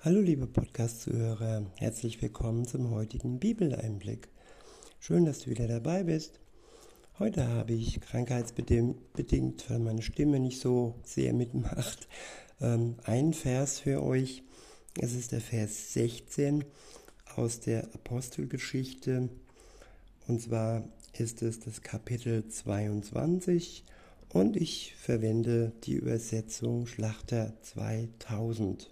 Hallo liebe Podcast-Zuhörer, herzlich willkommen zum heutigen Bibeleinblick. Schön, dass du wieder dabei bist. Heute habe ich krankheitsbedingt, weil meine Stimme nicht so sehr mitmacht, einen Vers für euch. Es ist der Vers 16 aus der Apostelgeschichte und zwar ist es das Kapitel 22 und ich verwende die Übersetzung Schlachter 2000.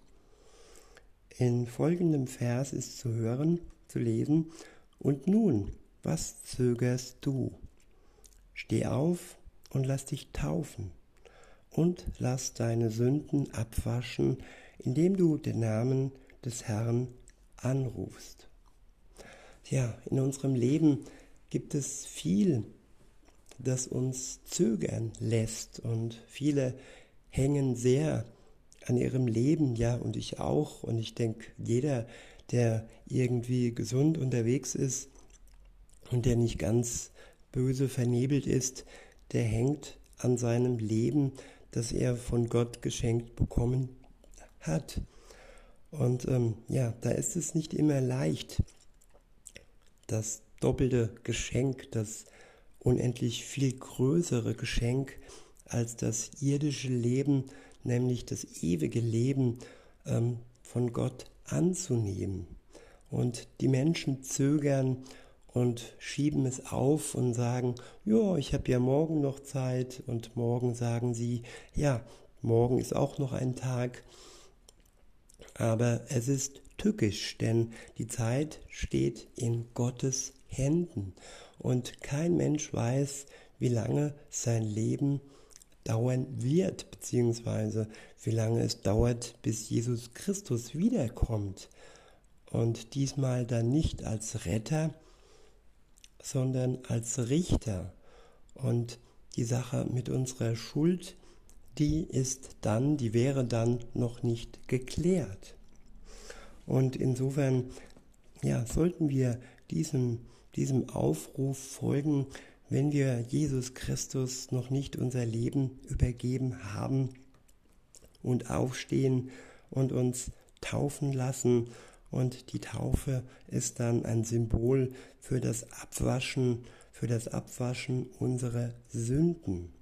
In folgendem Vers ist zu hören, zu lesen: Und nun, was zögerst du? Steh auf und lass dich taufen und lass deine Sünden abwaschen, indem du den Namen des Herrn anrufst. Ja, in unserem Leben gibt es viel, das uns zögern lässt und viele hängen sehr an ihrem Leben, ja, und ich auch. Und ich denke, jeder, der irgendwie gesund unterwegs ist und der nicht ganz böse vernebelt ist, der hängt an seinem Leben, das er von Gott geschenkt bekommen hat. Und da ist es nicht immer leicht, das doppelte Geschenk, das unendlich viel größere Geschenk als das irdische Leben, nämlich das ewige Leben von Gott anzunehmen. Und die Menschen zögern und schieben es auf und sagen, ja, ich habe ja morgen noch Zeit, und morgen sagen sie, ja, morgen ist auch noch ein Tag. Aber es ist tückisch, denn die Zeit steht in Gottes Händen und kein Mensch weiß, wie lange sein Leben dauern wird, beziehungsweise wie lange es dauert, bis Jesus Christus wiederkommt. Und diesmal dann nicht als Retter, sondern als Richter. Und die Sache mit unserer Schuld, die wäre dann noch nicht geklärt. Und insofern, sollten wir diesem Aufruf folgen, wenn wir Jesus Christus noch nicht unser Leben übergeben haben und aufstehen und uns taufen lassen. Und die Taufe ist dann ein Symbol für das Abwaschen unserer Sünden.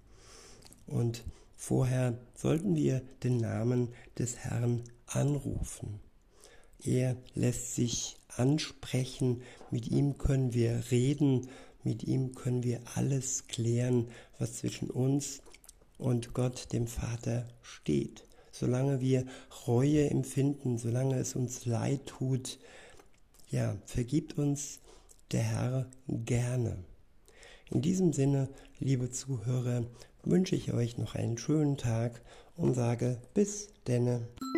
Und vorher sollten wir den Namen des Herrn anrufen. Er lässt sich ansprechen, mit ihm können wir reden, mit ihm können wir alles klären, was zwischen uns und Gott, dem Vater, steht. Solange wir Reue empfinden, solange es uns leid tut, vergibt uns der Herr gerne. In diesem Sinne, liebe Zuhörer, wünsche ich euch noch einen schönen Tag und sage bis denne.